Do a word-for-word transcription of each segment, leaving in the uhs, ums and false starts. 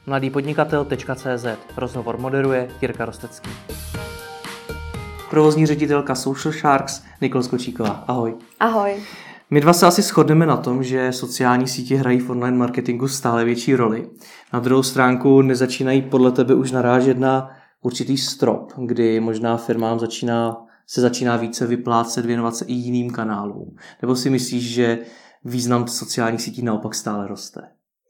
mladýpodnikatel tečka cé zet. Rozhovor moderuje Jirka Rostecký. Provozní ředitelka Social Sharks Nikol Skočíková. Ahoj. Ahoj. My dva se asi shodneme na tom, že sociální sítě hrají v online marketingu stále větší roli. Na druhou stránku nezačínají podle tebe už narážet na určitý strop, kdy možná firmám začíná, se začíná více vyplácet, věnovat se i jiným kanálům. Nebo si myslíš, že význam sociálních sítí naopak stále roste?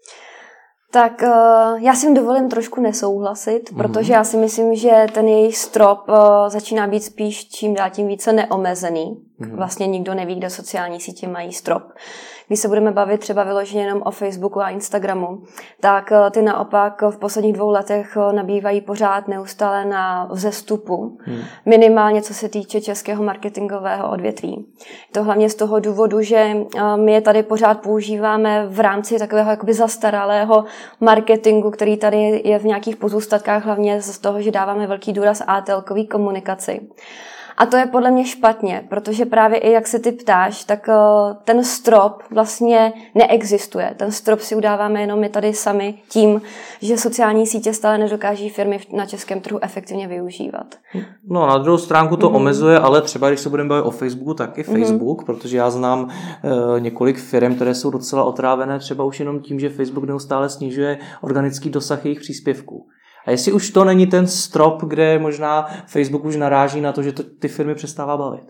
Tak já si dovolím trošku nesouhlasit, mm. protože já si myslím, že ten jejich strop začíná být spíš čím dál tím více neomezený. Mm. Vlastně nikdo neví, kde sociální sítě mají strop. Když se budeme bavit třeba vyloženě jenom o Facebooku a Instagramu, tak ty naopak v posledních dvou letech nabývají pořád neustále na vzestupu. Hmm. Minimálně co se týče českého marketingového odvětví. To hlavně z toho důvodu, že my je tady pořád používáme v rámci takového jakoby zastaralého marketingu, který tady je v nějakých pozůstatkách, hlavně z toho, že dáváme velký důraz á té elkový komunikaci. A to je podle mě špatně, protože právě i jak se ty ptáš, tak ten strop vlastně neexistuje. Ten strop si udáváme jenom my tady sami tím, že sociální sítě stále nedokáží firmy na českém trhu efektivně využívat. No na druhou stránku to mm. omezuje, ale třeba když se budeme bavit o Facebooku, tak i Facebook, mm. protože já znám e, několik firm, které jsou docela otrávené třeba už jenom tím, že Facebook neustále snižuje organický dosah jejich příspěvků. A jestli už to není ten strop, kde možná Facebook už naráží na to, že to ty firmy přestává bavit?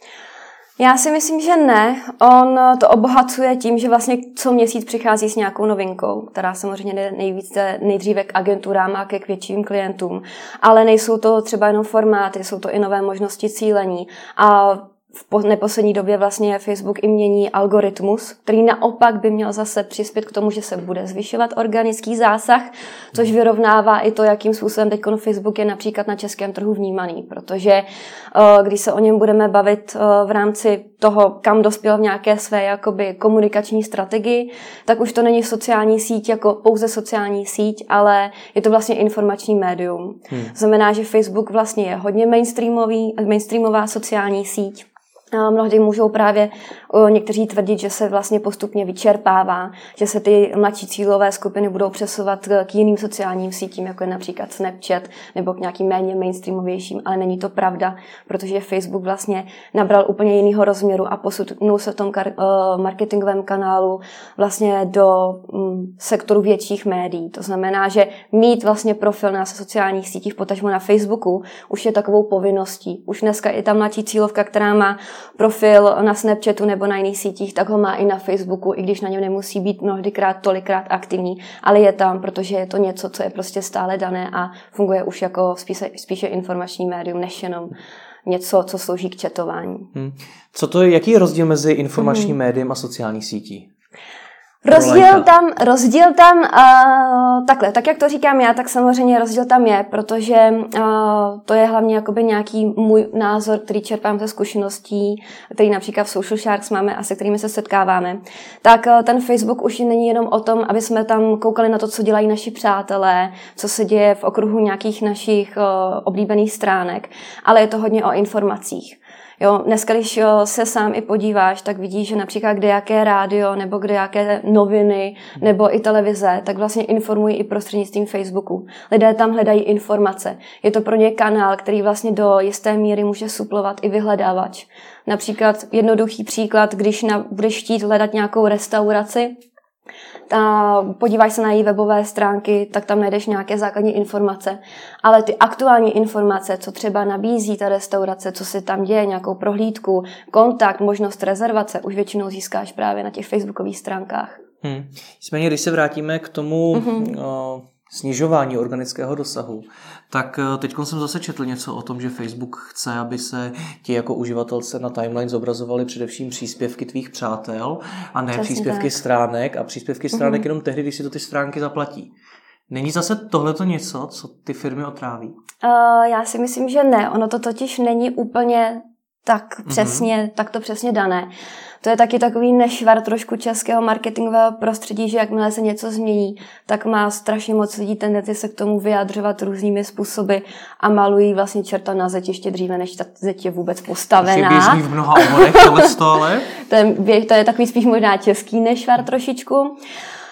Já si myslím, že ne. On to obohacuje tím, že vlastně co měsíc přichází s nějakou novinkou, která samozřejmě jde nejvíce nejdříve k agenturám a ke k větším klientům. Ale nejsou to třeba jenom formáty, jsou to i nové možnosti cílení. A v neposlední době vlastně Facebook i mění algoritmus, který naopak by měl zase přispět k tomu, že se bude zvyšovat organický zásah, což vyrovnává i to, jakým způsobem teď Facebook je například na českém trhu vnímaný, protože když se o něm budeme bavit v rámci toho, kam dospěl v nějaké své jakoby komunikační strategii, tak už to není sociální síť jako pouze sociální síť, ale je to vlastně informační médium. Hmm. Znamená, že Facebook vlastně je hodně mainstreamový, mainstreamová sociální síť. Mnohdy můžou právě někteří tvrdit, že se vlastně postupně vyčerpává, že se ty mladší cílové skupiny budou přesouvat k jiným sociálním sítím, jako je například Snapchat, nebo k nějakým méně mainstreamovějším, ale není to pravda, protože Facebook vlastně nabral úplně jinýho rozměru a posunul se v tom marketingovém kanálu vlastně do sektoru větších médií. To znamená, že mít vlastně profil na sociálních sítích, potažmo na Facebooku, už je takovou povinností. Už dneska i ta mladší cílovka, která má profil na Snapchatu nebo na jiných sítích, tak ho má i na Facebooku, i když na něm nemusí být mnohdykrát tolikrát aktivní, ale je tam, protože je to něco, co je prostě stále dané a funguje už jako spíše, spíše informační médium, než jenom něco, co slouží k chatování. Hmm. Co to je, jaký je rozdíl mezi informačním hmm. médiem a sociální sítí? Rozdíl tam, rozdíl tam uh, takhle, tak jak to říkám já, tak samozřejmě rozdíl tam je, protože uh, to je hlavně jakoby nějaký můj názor, který čerpám ze zkušeností, který například v Social Sharks máme a se kterými se setkáváme. Tak uh, ten Facebook už není jenom o tom, aby jsme tam koukali na to, co dělají naši přátelé, co se děje v okruhu nějakých našich uh, oblíbených stránek, ale je to hodně o informacích. Jo, dneska, když se sám i podíváš, tak vidíš, že například kdejaké rádio nebo kdejaké noviny nebo i televize, tak vlastně informují i prostřednictvím Facebooku. Lidé tam hledají informace. Je to pro ně kanál, který vlastně do jisté míry může suplovat i vyhledávač. Například jednoduchý příklad, když na, budeš chtít hledat nějakou restauraci, a podíváš se na její webové stránky, tak tam najdeš nějaké základní informace. Ale ty aktuální informace, co třeba nabízí ta restaurace, co se tam děje, nějakou prohlídku, kontakt, možnost rezervace, už většinou získáš právě na těch facebookových stránkách. Hmm. Nicméně, když se vrátíme k tomu mm-hmm. o, snižování organického dosahu, tak teď jsem zase četl něco o tom, že Facebook chce, aby se ti jako uživatelce na timeline zobrazovaly především příspěvky tvých přátel a ne Přesně příspěvky tak. stránek a příspěvky stránek mm-hmm. jenom tehdy, když si to ty stránky zaplatí. Není zase tohleto něco, co ty firmy otráví? Uh, já si myslím, že ne. Ono to totiž není úplně tak přesně, mm-hmm. tak to přesně dané. To je taky takový nešvar trošku českého marketingového prostředí, že jakmile se něco změní, tak má strašně moc lidí tendenci se k tomu vyjadřovat různými způsoby a malují vlastně čerta na zeď ještě dříve, než ta zeď je vůbec postavená. To je běžný v mnoha oborech tohle stále? to, je, to je takový spíš možná český nešvar trošičku.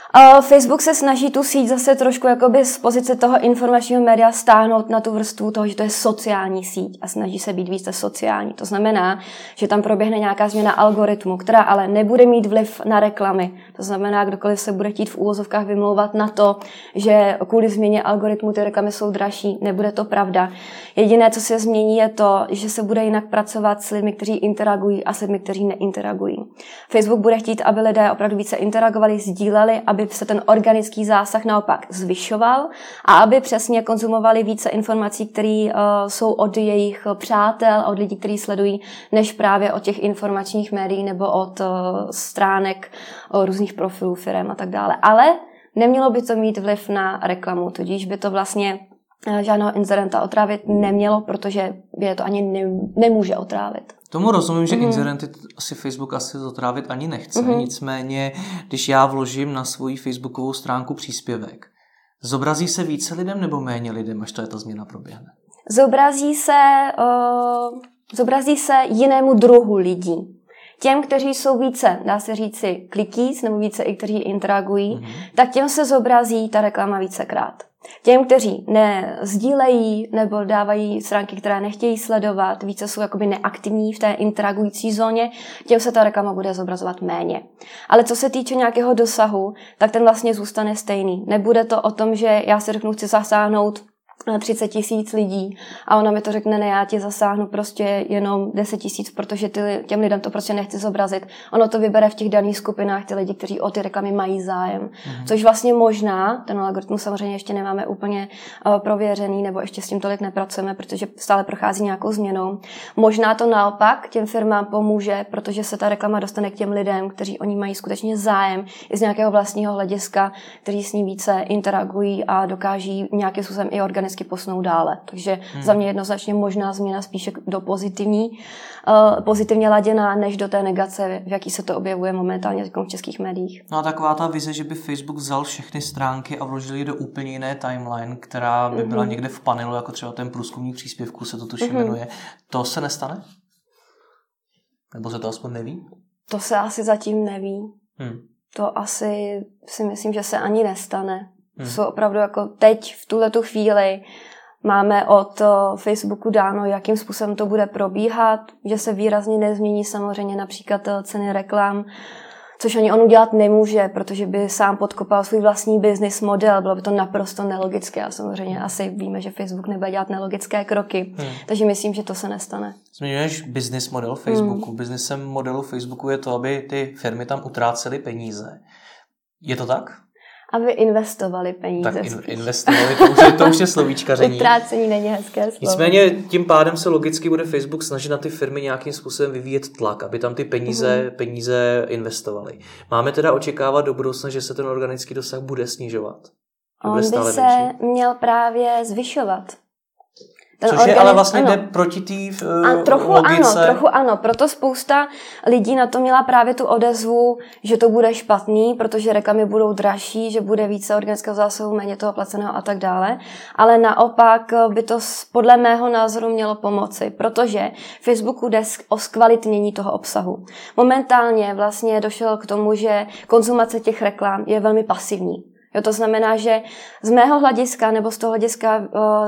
Uh, Facebook se snaží tu síť zase trošku jakoby z pozice toho informačního média stáhnout na tu vrstvu toho, že to je sociální síť a snaží se být více sociální. To znamená, že tam proběhne nějaká změna algoritmu, která ale nebude mít vliv na reklamy. To znamená, kdokoliv se bude chtít v úvozovkách vymlouvat na to, že kvůli změně algoritmu ty reklamy jsou dražší, nebude to pravda. Jediné, co se změní, je to, že se bude jinak pracovat s lidmi, kteří interagují a s lidmi, kteří neinteragují. Facebook bude chtít, aby lidé opravdu více interagovali, sdíleli, aby se ten organický zásah naopak zvyšoval a aby přesně konzumovali více informací, které uh, jsou od jejich přátel, od lidí, kteří sledují, než právě od těch informačních médií nebo od uh, stránek uh, různých profilů, firem a tak dále. Ale nemělo by to mít vliv na reklamu, tudíž by to vlastně uh, žádného inzerenta otrávit nemělo, protože je to ani ne, nemůže otrávit. Tomu rozumím, že mm. inzerenty asi Facebook asi zotrávit ani nechce. Mm. Nicméně, když já vložím na svoji facebookovou stránku příspěvek, zobrazí se více lidem nebo méně lidem, až to je ta změna proběhne? Zobrazí se, uh, zobrazí se jinému druhu lidí. Těm, kteří jsou více, dá se říci, klikíc, nebo více i kteří interagují, mm. tak těm se zobrazí ta reklama vícekrát. Těm, kteří nesdílejí nebo dávají stránky, které nechtějí sledovat, více jsou jakoby neaktivní v té interagující zóně, těm se ta reklama bude zobrazovat méně. Ale co se týče nějakého dosahu, tak ten vlastně zůstane stejný. Nebude to o tom, že já si řeknu, chci zasáhnout třicet tisíc lidí a ona mi to řekne, ne, já ti zasáhnu prostě jenom deset tisíc, protože ty, těm lidem to prostě nechci zobrazit. Ono to vybere v těch daných skupinách ty lidi, kteří o ty reklamy mají zájem. Mm-hmm. Což vlastně možná, ten algoritmus samozřejmě ještě nemáme úplně uh, prověřený, nebo ještě s tím tolik nepracujeme, protože stále prochází nějakou změnou. Možná to naopak těm firmám pomůže, protože se ta reklama dostane k těm lidem, kteří o ní mají skutečně zájem i z nějakého vlastního hlediska, kteří s ní více interagují a dokáží nějakým způsobem i organicky posunout dále. Takže hmm. za mě jednoznačně možná změna spíše do pozitivní, uh, pozitivně laděná, než do té negace, v jaký se to objevuje momentálně v českých médiích. No a taková ta vize, že by Facebook vzal všechny stránky a vložil je do úplně jiné timeline, která by byla hmm. někde v panelu, jako třeba ten průzkumník příspěvků se to tuším hmm. jmenuje, to se nestane? Nebo se to aspoň neví? To se asi zatím neví. Hmm. To asi si myslím, že se ani nestane. Hmm. Jsou opravdu jako teď, v tuhletu chvíli, máme od Facebooku dáno, jakým způsobem to bude probíhat, že se výrazně nezmění samozřejmě například ceny reklam, což ani on udělat nemůže, protože by sám podkopal svůj vlastní business model, bylo by to naprosto nelogické a samozřejmě asi víme, že Facebook nebude dělat nelogické kroky, hmm. takže myslím, že to se nestane. Zmiňuješ business model Facebooku. Hmm. Businessem modelu Facebooku je to, aby ty firmy tam utrácely peníze. Je to tak? Aby investovali peníze. Tak in, investovali, to už je, to už je slovíčkaření. Utrácení není hezké slovo. Nicméně tím pádem se logicky bude Facebook snažit na ty firmy nějakým způsobem vyvíjet tlak, aby tam ty peníze, mm. peníze investovaly. Máme teda očekávat do budoucna, že se ten organický dosah bude snižovat? On by se větší? měl právě zvyšovat. Ten Což organiz... je ale vlastně jde proti té uh, a trochu logice. Ano, trochu ano. Proto spousta lidí na to měla právě tu odezvu, že to bude špatný, protože reklamy budou dražší, že bude více organického zásahu, méně toho placeného a tak dále. Ale naopak by to podle mého názoru mělo pomoci, protože Facebooku jde o zkvalitnění toho obsahu. Momentálně vlastně došel k tomu, že konzumace těch reklam je velmi pasivní. Jo, to znamená, že z mého hlediska nebo z toho hlediska,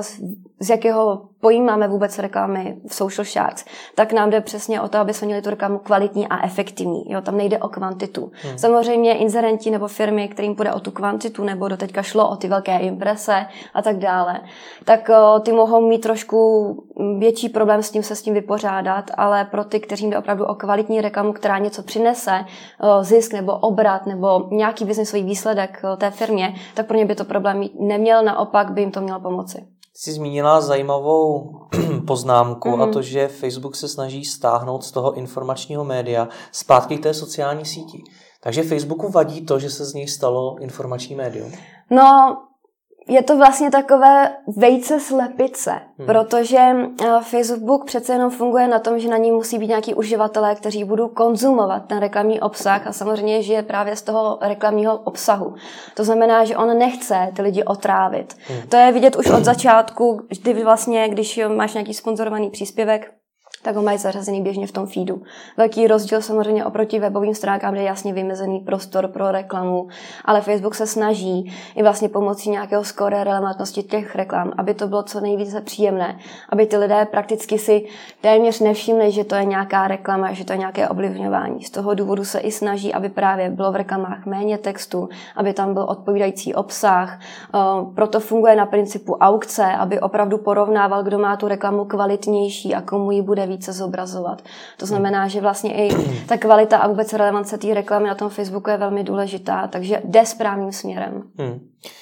z jakého pojímáme vůbec reklamy v social charts, tak nám jde přesně o to, aby jsme měli tu reklamu kvalitní a efektivní. Jo, tam nejde o kvantitu. Hmm. Samozřejmě inzerenti nebo firmy, kterým půjde o tu kvantitu, nebo doteďka šlo o ty velké imprese a tak dále, tak o, ty mohou mít trošku větší problém s tím se s tím vypořádat, ale pro ty, kteřím jde opravdu o kvalitní reklamu, která něco přinese, o, zisk nebo obrat nebo nějaký biznesový výsledek o, té firmě, tak pro ně by to problém mít neměl, naopak by jim to mělo pomoci. Jsi zmínila zajímavou poznámku mm-hmm. a to, že Facebook se snaží stáhnout z toho informačního média zpátky k té sociální síti. Takže Facebooku vadí to, že se z něj stalo informační médium? No, je to vlastně takové vejce slepice, hmm. protože Facebook přece jenom funguje na tom, že na ní musí být nějaký uživatelé, kteří budou konzumovat ten reklamní obsah a samozřejmě žije právě z toho reklamního obsahu. To znamená, že on nechce ty lidi otrávit. Hmm. To je vidět už od začátku, kdy vlastně, když máš nějaký sponzorovaný příspěvek, tak ho mají zařazený běžně v tom feedu. Velký rozdíl samozřejmě oproti webovým stránkám, kde je jasně vymezený prostor pro reklamu, ale Facebook se snaží i vlastně pomocí nějakého skóre relevantnosti těch reklam, aby to bylo co nejvíce příjemné, aby ty lidé prakticky si téměř nevšimli, že to je nějaká reklama, že to je nějaké ovlivňování. Z toho důvodu se i snaží, aby právě bylo v reklamách méně textu, aby tam byl odpovídající obsah. Proto funguje na principu aukce, aby opravdu porovnával, kdo má tu reklamu kvalitnější a komu ji bude více zobrazovat. To znamená, že vlastně i ta kvalita a vůbec relevance té reklamy na tom Facebooku je velmi důležitá, takže jde správným směrem. Hmm.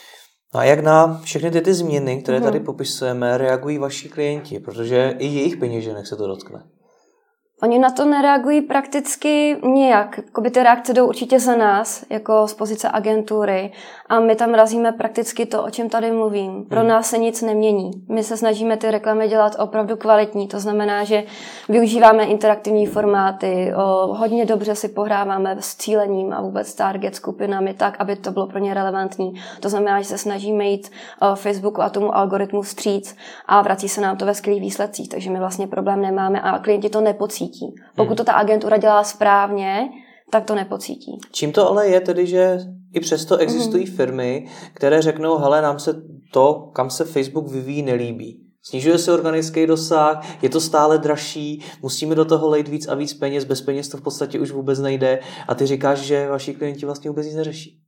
A jak na všechny ty, ty změny, které tady popisujeme, reagují vaši klienti? Protože i jejich peněženek se to dotkne. Oni na to nereagují prakticky nijak. Jakoby ty reakce jdou určitě za nás, jako z pozice agentury, a my tam razíme prakticky to, o čem tady mluvím. Pro hmm. nás se nic nemění. My se snažíme ty reklamy dělat opravdu kvalitní, to znamená, že využíváme interaktivní formáty, o, hodně dobře si pohráváme s cílením a vůbec target skupinami tak, aby to bylo pro ně relevantní. To znamená, že se snažíme jít o, Facebooku a tomu algoritmu vstříc a vrací se nám to ve skvělých výsledcích, takže my vlastně problém nemáme a klienti to nepocítí. Pokud to ta agentura dělá správně, tak to nepocítí. Čím to ale je tedy, že i přesto existují mm. firmy, které řeknou, hele, nám se to, kam se Facebook vyvíjí, nelíbí. Snižuje se organický dosah, je to stále dražší, musíme do toho lejt víc a víc peněz, bez peněz to v podstatě už vůbec nejde a ty říkáš, že vaši klienti vlastně vůbec nic neřeší.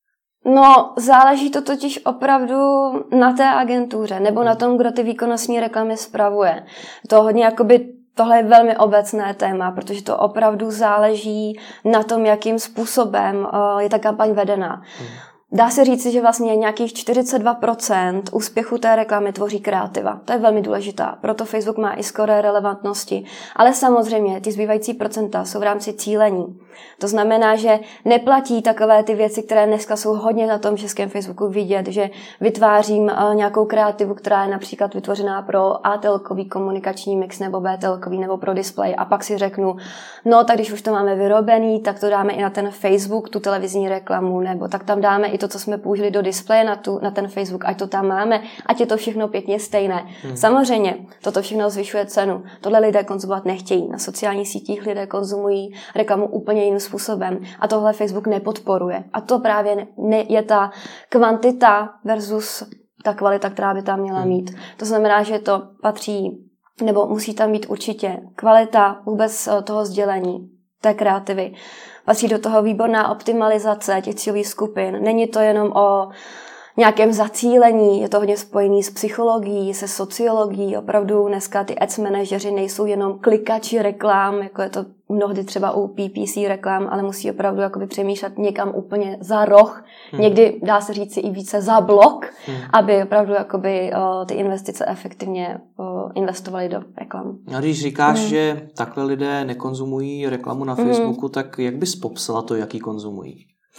No, záleží to totiž opravdu na té agentuře nebo na tom, kdo ty výkonnostní reklamy spravuje. To hodně jakoby tohle je velmi obecné téma, protože to opravdu záleží na tom, jakým způsobem je ta kampaň vedená. Hmm. Dá se říct, že vlastně nějakých čtyřicet dva procent úspěchu té reklamy tvoří kreativa. To je velmi důležitá, proto Facebook má i skoro relevantnosti. Ale samozřejmě ty zbývající procenta jsou v rámci cílení. To znamená, že neplatí takové ty věci, které dneska jsou hodně na tom českém Facebooku vidět, že vytvářím nějakou kreativu, která je například vytvořená pro á té elkový komunikační mix nebo bé té elkový nebo pro display a pak si řeknu, no tak když už to máme vyrobený, tak to dáme i na ten Facebook, tu televizní reklamu, nebo tak tam dáme i to, co jsme použili do displeje na, tu, na ten Facebook, ať to tam máme, ať je to všechno pěkně stejné. Hmm. Samozřejmě, toto všechno zvyšuje cenu. Tohle lidé konzumovat nechtějí. Na sociálních sítích lidé konzumují reklamu úplně jiným způsobem a tohle Facebook nepodporuje. A to právě ne, je ta kvantita versus ta kvalita, která by tam měla mít. To znamená, že to patří, nebo musí tam být určitě kvalita vůbec toho sdělení, té kreativy. Patří do toho výborná optimalizace těch cílových skupin. Není to jenom o nějakém zacílení, je to hodně spojený s psychologií, se sociologií. Opravdu dneska ty ads manažeři nejsou jenom klikači reklám, jako je to mnohdy třeba u P P C reklam, ale musí opravdu jakoby přemýšlet někam úplně za roh, hmm. někdy dá se říct si i více za blok, hmm. aby opravdu jakoby o, ty investice efektivně o, investovaly do reklam. A když říkáš, hmm. že takhle lidé nekonzumují reklamu na Facebooku, hmm. tak jak bys popsala to, jaký konzumují?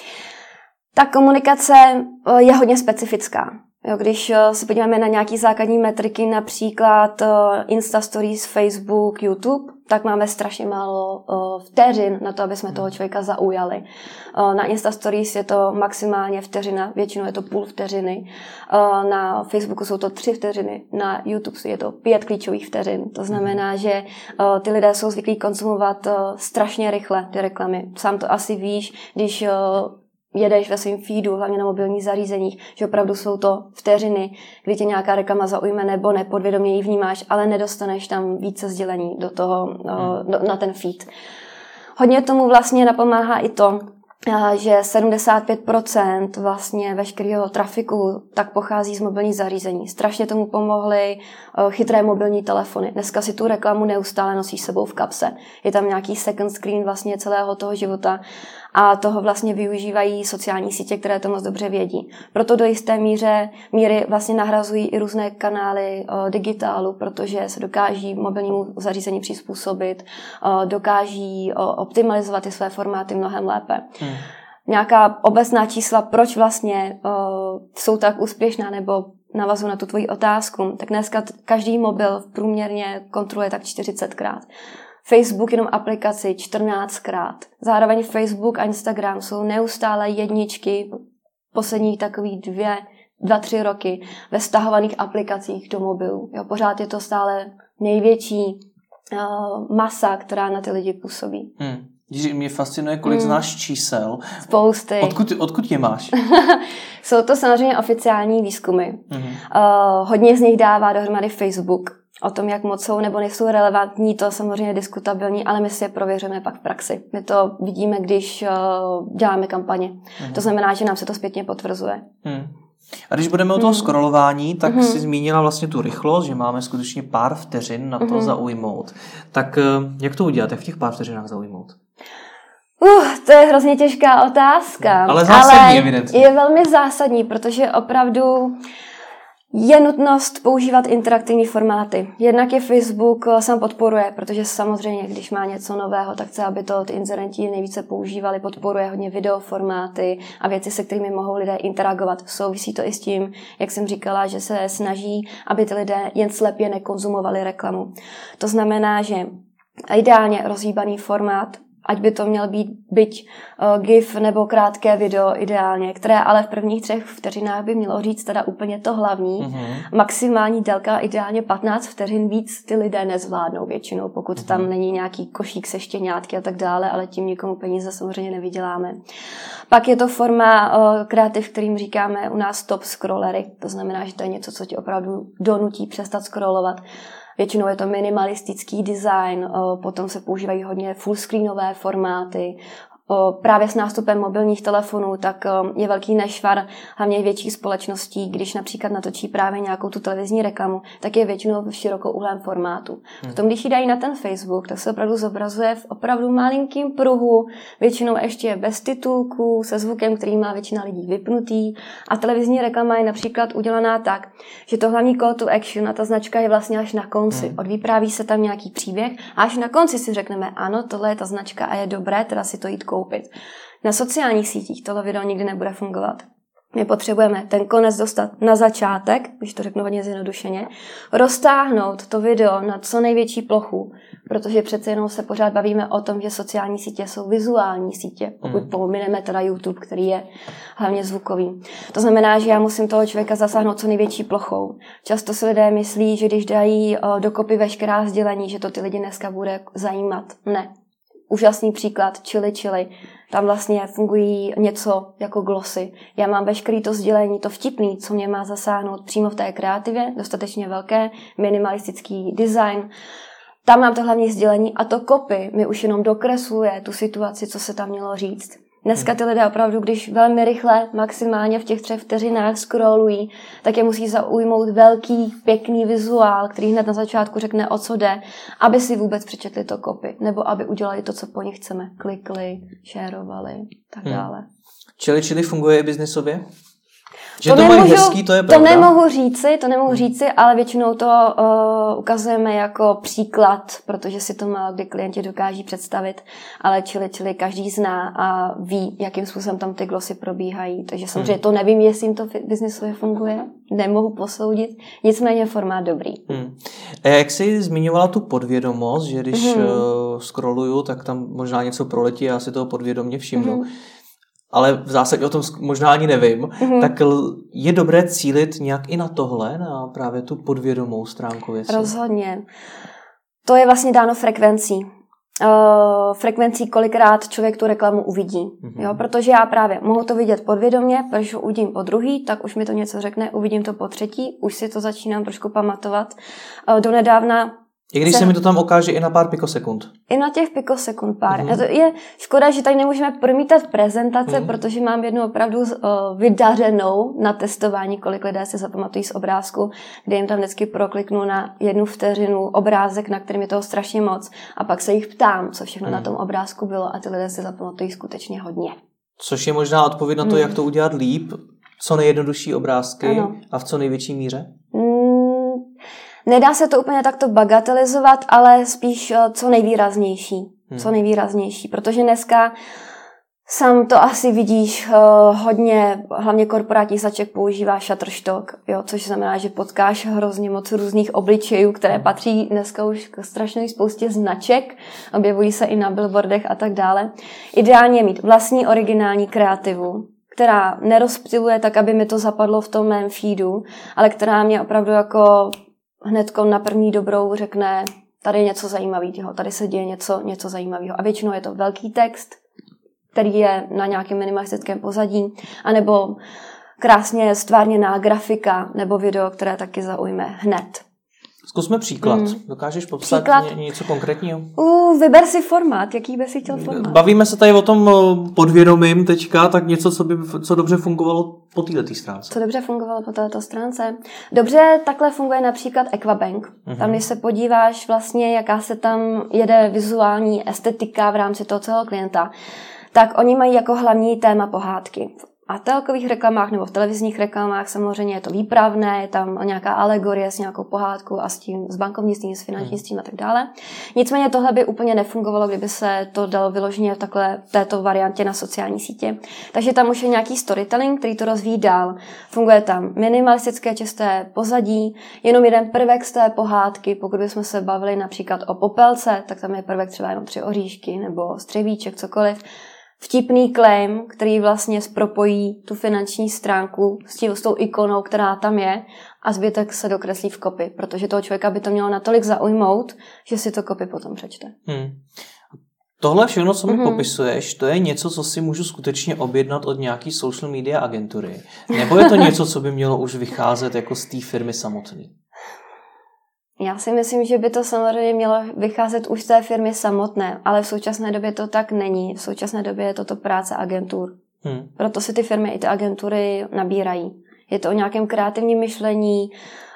Ta komunikace je hodně specifická. Jo, když se podíváme na nějaké základní metriky, například Insta Stories, Facebook, YouTube, tak máme strašně málo vteřin na to, aby jsme toho člověka zaujali. Na Insta Stories je to maximálně vteřina, většinou je to půl vteřiny. Na Facebooku jsou to tři vteřiny, na YouTube je to pět klíčových vteřin. To znamená, že ty lidé jsou zvyklí konzumovat strašně rychle ty reklamy. Sám to asi víš, když jedeš ve svém feedu, hlavně na mobilních zařízeních, že opravdu jsou to vteřiny, kdy tě nějaká reklama zaujme nebo ne, podvědomě ji vnímáš, ale nedostaneš tam více sdělení do toho, hmm. do, na ten feed. Hodně tomu vlastně napomáhá i to, že sedmdesát pět procent vlastně veškerého trafiku tak pochází z mobilních zařízení. Strašně tomu pomohly chytré mobilní telefony. Dneska si tu reklamu neustále nosíš sebou v kapse. Je tam nějaký second screen vlastně celého toho života a toho vlastně využívají sociální sítě, které to moc dobře vědí. Proto do jisté míře, míry vlastně nahrazují i různé kanály o, digitálu, protože se dokáží mobilnímu zařízení přizpůsobit, o, dokáží o, optimalizovat ty své formáty mnohem lépe. Hmm. Nějaká obecná čísla, proč vlastně o, jsou tak úspěšná, nebo navazu na tu tvoji otázku, tak dneska t- každý mobil v průměrně kontroluje tak čtyřicetkrát. Facebook jenom aplikaci čtrnáctkrát. Zároveň Facebook a Instagram jsou neustále jedničky posledních takových dvě, dva, tři roky ve stahovaných aplikacích do mobilu. Jo, pořád je to stále největší uh, masa, která na ty lidi působí. Hmm. Mě fascinuje, kolik hmm. znáš čísel. Spousty. Odkud, odkud je máš? Jsou to samozřejmě oficiální výzkumy. Hmm. Uh, hodně z nich dává dohromady Facebook. O tom, jak moc jsou nebo nejsou relevantní, to samozřejmě je diskutabilní, ale my si je prověřujeme pak v praxi. My to vidíme, když uh, děláme kampaně. Hmm. To znamená, že nám se to zpětně potvrzuje. Hmm. A když budeme o toho hmm. scrollování, tak hmm. si zmínila vlastně tu rychlost, že máme skutečně pár vteřin na to hmm. zaujmout. Tak jak to udělat? Jak v těch pár vteřinách zaujmout? Uh, to je hrozně těžká otázka. Ale zásadní, ale evidentně. Je velmi zásadní, protože opravdu je nutnost používat interaktivní formáty. Jednak je Facebook sám podporuje, protože samozřejmě, když má něco nového, tak chce, aby to ty inzerenti nejvíce používali, podporuje hodně videoformáty a věci, se kterými mohou lidé interagovat. Souvisí to i s tím, jak jsem říkala, že se snaží, aby ty lidé jen slepě nekonzumovali reklamu. To znamená, že ideálně rozhýbaný formát, ať by to měl být byť uh, GIF nebo krátké video ideálně, které ale v prvních třech vteřinách by mělo říct teda úplně to hlavní. Mm-hmm. Maximální délka ideálně patnáct vteřin, víc ty lidé nezvládnou většinou, pokud mm-hmm. tam není nějaký košík se štěňátky a tak dále, ale tím nikomu peníze samozřejmě nevyděláme. Pak je to forma uh, kreativ, kterým říkáme u nás top scrollery. To znamená, že to je něco, co ti opravdu donutí přestat scrollovat. Většinou je to minimalistický design, potom se používají hodně fullscreenové formáty. Právě s nástupem mobilních telefonů tak je velký nešvar hlavně větších společností, když například natočí právě nějakou tu televizní reklamu, tak je většinou v širokouhlém formátu. V tom, když ji dají na ten Facebook, tak se opravdu zobrazuje v opravdu malinkým pruhu, většinou ještě bez titulků, se zvukem, který má většina lidí vypnutý. A televizní reklama je například udělaná tak, že to hlavní call to action a ta značka je vlastně až na konci. Odvypráví se tam nějaký příběh a až na konci si řekneme, ano, tohle je ta značka a je dobré teda si to jít koupit. Na sociálních sítích tohle video nikdy nebude fungovat. My potřebujeme ten konec dostat na začátek, když to řeknu hodně zjednodušeně, roztáhnout to video na co největší plochu, protože přece jenom se pořád bavíme o tom, že sociální sítě jsou vizuální sítě, pokud hmm. pomineme teda YouTube, který je hlavně zvukový. To znamená, že já musím toho člověka zasáhnout co největší plochou. Často si lidé myslí, že když dají dokopy veškerá sdělení, že to ty lidi dneska bude zajímat. Ne. Úžasný příklad, Chili Chili. Tam vlastně fungují něco jako glosy. Já mám veškerý to sdělení, to vtipný, co mě má zasáhnout přímo v té kreativě, dostatečně velké, minimalistický design. Tam mám to hlavní sdělení a to copy mi už jenom dokresluje tu situaci, co se tam mělo říct. Dneska ty lidé opravdu, když velmi rychle, maximálně v těch třech vteřinách scrollují, tak je musí zaujmout velký, pěkný vizuál, který hned na začátku řekne, o co jde, aby si vůbec přečetli to copy, nebo aby udělali to, co po nich chceme. Klikli, šerovali, tak dále. Hmm. Chili Chili funguje i biznisově? Že to, to nemůžu, mají hezký, to je pravda. To nemohu říci, to nemohu říci, ale většinou to uh, ukazujeme jako příklad, protože si to málo kdy klienti dokáží představit, ale Chili Chili každý zná a ví, jakým způsobem tam ty glosy probíhají. Takže samozřejmě hmm. to nevím, jestli jim to biznisově funguje, nemohu posoudit, nicméně formát dobrý. Hmm. A jak jsi zmiňovala tu podvědomost, že když hmm. uh, scrolluju, tak tam možná něco proletí a já si toho podvědomě všimnu. Hmm. Ale v zásadě o tom možná ani nevím, mm-hmm. tak je dobré cílit nějak i na tohle, na právě tu podvědomou stránku věci? Rozhodně. To je vlastně dáno frekvencí. Uh, frekvencí, kolikrát člověk tu reklamu uvidí. Mm-hmm. Jo? Protože já právě mohu to vidět podvědomě, protože uvidím po druhý, tak už mi to něco řekne, uvidím to po třetí, už si to začínám trošku pamatovat. Uh, donedávna I když se, se mi to tam ukáže i na pár pikosekund. I na těch pikosekund pár. Uh-huh. To je škoda, že tady nemůžeme promítat prezentace, uh-huh. protože mám jednu opravdu uh, vydařenou na testování, kolik lidé si zapamatují z obrázku, kde jim tam vždycky prokliknu na jednu vteřinu obrázek, na kterým je toho strašně moc. A pak se jich ptám, co všechno uh-huh. na tom obrázku bylo a ty lidé si zapamatují skutečně hodně. Což je možná odpověď na to, uh-huh. jak to udělat líp, co nejjednodušší obrázky ano. a v co největší míře? Nedá se to úplně takto bagatelizovat, ale spíš co nejvýraznější. Hmm. Co nejvýraznější, protože dneska sám to asi vidíš hodně, hlavně korporátní značek používá Shutterstock, jo, což znamená, že potkáš hrozně moc různých obličejů, které patří dneska už k strašné spoustě značek, objevují se i na billboardech a tak dále. Ideálně mít vlastní originální kreativu, která nerozptyluje tak, aby mi to zapadlo v tom mém feedu, ale která mě opravdu jako hnedko na první dobrou řekne, tady je něco zajímavého, tady se děje něco, něco zajímavého. A většinou je to velký text, který je na nějakém minimalistickém pozadí, anebo krásně stvárněná grafika nebo video, které taky zaujme hned. Zkusme příklad. Mm. Dokážeš popsat příklad? Ně, něco konkrétního? Uh, vyber si formát. Jaký by si chtěl formát? Bavíme se tady o tom podvědomím teďka, tak něco, co, by, co dobře fungovalo po této stránce. Co dobře fungovalo po této stránce? Dobře, takhle funguje například Equabank. Mm-hmm. Tam, když se podíváš vlastně, jaká se tam jede vizuální estetika v rámci toho celého klienta, tak oni mají jako hlavní téma pohádky. A v telkových reklamách nebo v televizních reklamách samozřejmě je to výpravné, je tam nějaká alegorie s nějakou pohádkou a s tím, s bankovnictvím, s finančnictvím a tak dále. Nicméně tohle by úplně nefungovalo, kdyby se to dalo vyloženě v takhle této variantě na sociální sítě. Takže tam už je nějaký storytelling, který to rozvíjí dál. Funguje tam minimalistické čisté pozadí, jenom jeden prvek z té pohádky, pokud bychom se bavili například o Popelce, tak tam je prvek třeba jenom tři oříšky nebo střevíček, cokoliv. Vtipný claim, který vlastně propojí tu finanční stránku s, tím, s tou ikonou, která tam je, a zbytek se dokreslí v copy, protože toho člověka by to mělo natolik zaujmout, že si to copy potom přečte. Hmm. Tohle všechno, co mi mm-hmm. popisuješ, to je něco, co si můžu skutečně objednat od nějaký social media agentury? Nebo je to něco, co by mělo už vycházet jako z té firmy samotné? Já si myslím, že by to samozřejmě mělo vycházet už z té firmy samotné, ale v současné době to tak není. V současné době je toto práce agentur. Hmm. Proto si ty firmy i ty agentury nabírají. Je to o nějakém kreativním myšlení.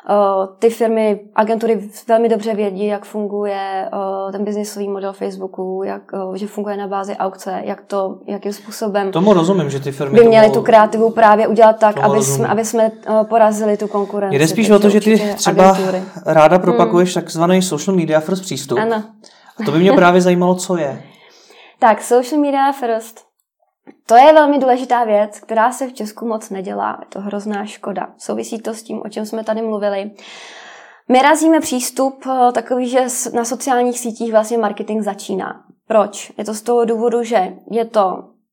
Ty firmy, agentury velmi dobře vědí, jak funguje ten biznisový model Facebooku, jak, že funguje na bázi aukce, jak to, jakým způsobem tomu rozumím, že ty firmy by měly tomu... tu kreativu právě udělat tak, aby jsme, aby jsme porazili tu konkurenci. Jde spíš o to, že ty třeba agentury. Ráda propaguješ hmm. takzvaný social media first přístup. Ano. A to by mě právě zajímalo, co je. Tak, social media first. To je velmi důležitá věc, která se v Česku moc nedělá. Je to hrozná škoda. Souvisí to s tím, o čem jsme tady mluvili. My razíme přístup takový, že na sociálních sítích vlastně marketing začíná. Proč? Je to z toho důvodu, že je to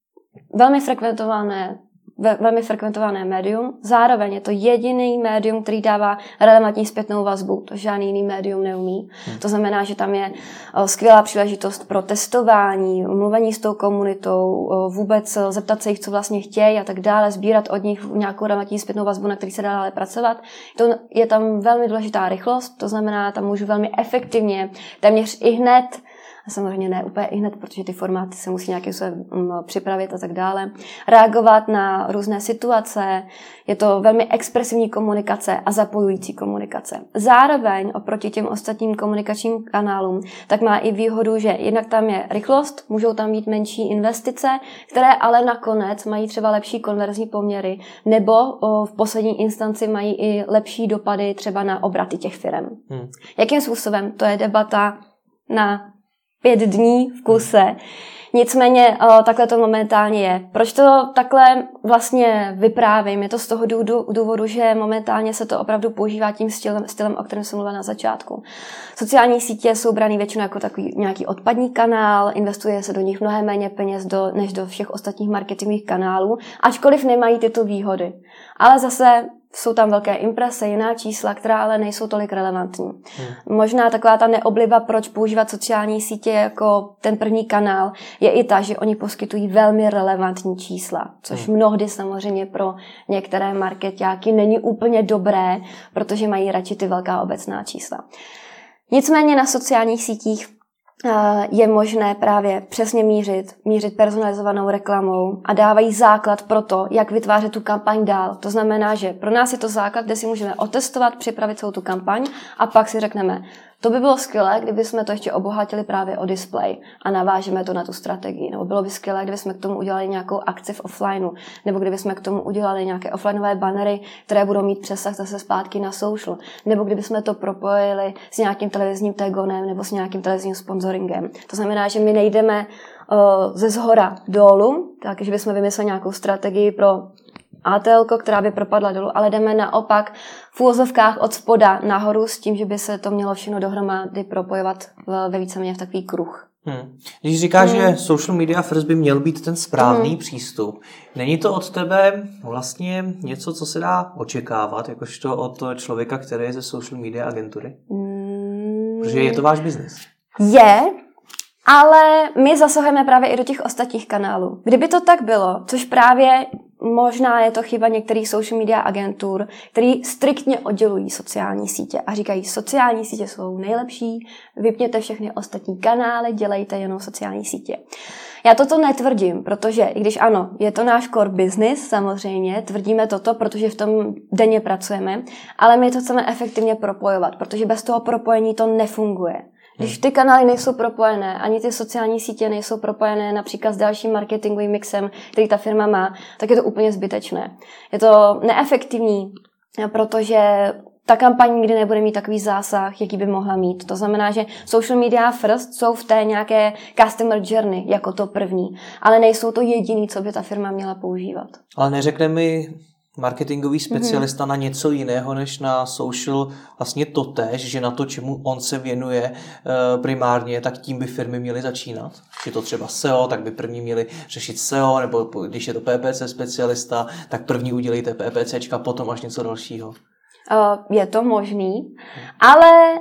velmi frekventované velmi frekventované médium. Zároveň je to jediný médium, který dává relevantní zpětnou vazbu. To žádný jiný médium neumí. Hmm. To znamená, že tam je skvělá příležitost pro testování, mluvení s tou komunitou, vůbec zeptat se jich, co vlastně chtějí a tak dále, sbírat od nich nějakou relevantní zpětnou vazbu, na který se dá dále pracovat. To je tam velmi důležitá rychlost, to znamená, tam můžu velmi efektivně, téměř i hned, a samozřejmě ne úplně i hned, protože ty formáty se musí nějakým způsobem připravit a tak dále. Reagovat na různé situace, je to velmi expresivní komunikace a zapojující komunikace. Zároveň oproti těm ostatním komunikačním kanálům, tak má i výhodu, že jednak tam je rychlost, můžou tam být menší investice, které ale nakonec mají třeba lepší konverzní poměry, nebo o, v poslední instanci mají i lepší dopady třeba na obraty těch firem. Hmm. Jakým způsobem? To je debata na pět dní v kuse. Nicméně o, takhle to momentálně je. Proč to takhle vlastně vyprávím? Je to z toho důvodu, že momentálně se to opravdu používá tím stylem, stylem o kterém jsem mluvila na začátku. Sociální sítě jsou braný většinou jako takový nějaký odpadní kanál, investuje se do nich mnohem méně peněz do, než do všech ostatních marketingových kanálů, ačkoliv nemají tyto výhody. Ale zase jsou tam velké imprese, jiná čísla, která ale nejsou tolik relevantní. Hmm. Možná taková ta neobliba, proč používat sociální sítě jako ten první kanál, je i ta, že oni poskytují velmi relevantní čísla, což hmm. mnohdy samozřejmě pro některé marketáky není úplně dobré, protože mají radši ty velká obecná čísla. Nicméně na sociálních sítích je možné právě přesně mířit, mířit personalizovanou reklamou a dávají základ pro to, jak vytvářet tu kampaň dál. To znamená, že pro nás je to základ, kde si můžeme otestovat, připravit celou tu kampaň a pak si řekneme, to by bylo skvělé, kdyby jsme to ještě obohatili právě o display a navážeme to na tu strategii. Nebo bylo by skvělé, kdyby jsme k tomu udělali nějakou akci v offlineu, nebo kdyby jsme k tomu udělali nějaké offlineové bannery, které budou mít přesah zase zpátky na social, nebo kdyby jsme to propojili s nějakým televizním tagonem nebo s nějakým televizním sponsoringem. To znamená, že my nejdeme uh, ze zhora dolů, takže bychom vymysleli nějakou strategii pro á té elko, která by propadla dolů, ale jdeme naopak v úvozovkách od spoda nahoru s tím, že by se to mělo všechno dohromady propojovat ve víceméně v takový kruh. Hmm. Když říkáš, hmm. že social media first by měl být ten správný hmm. přístup, není to od tebe vlastně něco, co se dá očekávat, jakožto od člověka, který je ze social media agentury? Hmm. Protože je to váš biznis. Je, ale my zasahujeme právě i do těch ostatních kanálů. Kdyby to tak bylo, což právě možná je to chyba některých social media agentur, který striktně oddělují sociální sítě a říkají, sociální sítě jsou nejlepší, vypněte všechny ostatní kanály, dělejte jenom sociální sítě. Já toto netvrdím, protože i když ano, je to náš core business, samozřejmě, tvrdíme toto, protože v tom denně pracujeme, ale my to chceme efektivně propojovat, protože bez toho propojení to nefunguje. Když ty kanály nejsou propojené, ani ty sociální sítě nejsou propojené například s dalším marketingovým mixem, který ta firma má, tak je to úplně zbytečné. Je to neefektivní, protože ta kampaň nikdy nebude mít takový zásah, jaký by mohla mít. To znamená, že social media first jsou v té nějaké customer journey jako to první, ale nejsou to jediný, co by ta firma měla používat. Ale neřekne mi marketingový specialista mm-hmm. na něco jiného než na social vlastně totéž, že na to, čemu on se věnuje primárně, tak tím by firmy měly začínat. Když je to třeba S E O, tak by první měli řešit S E O, nebo když je to P P C specialista, tak první udělejte PPCčka, potom až něco dalšího. Je to možný, ale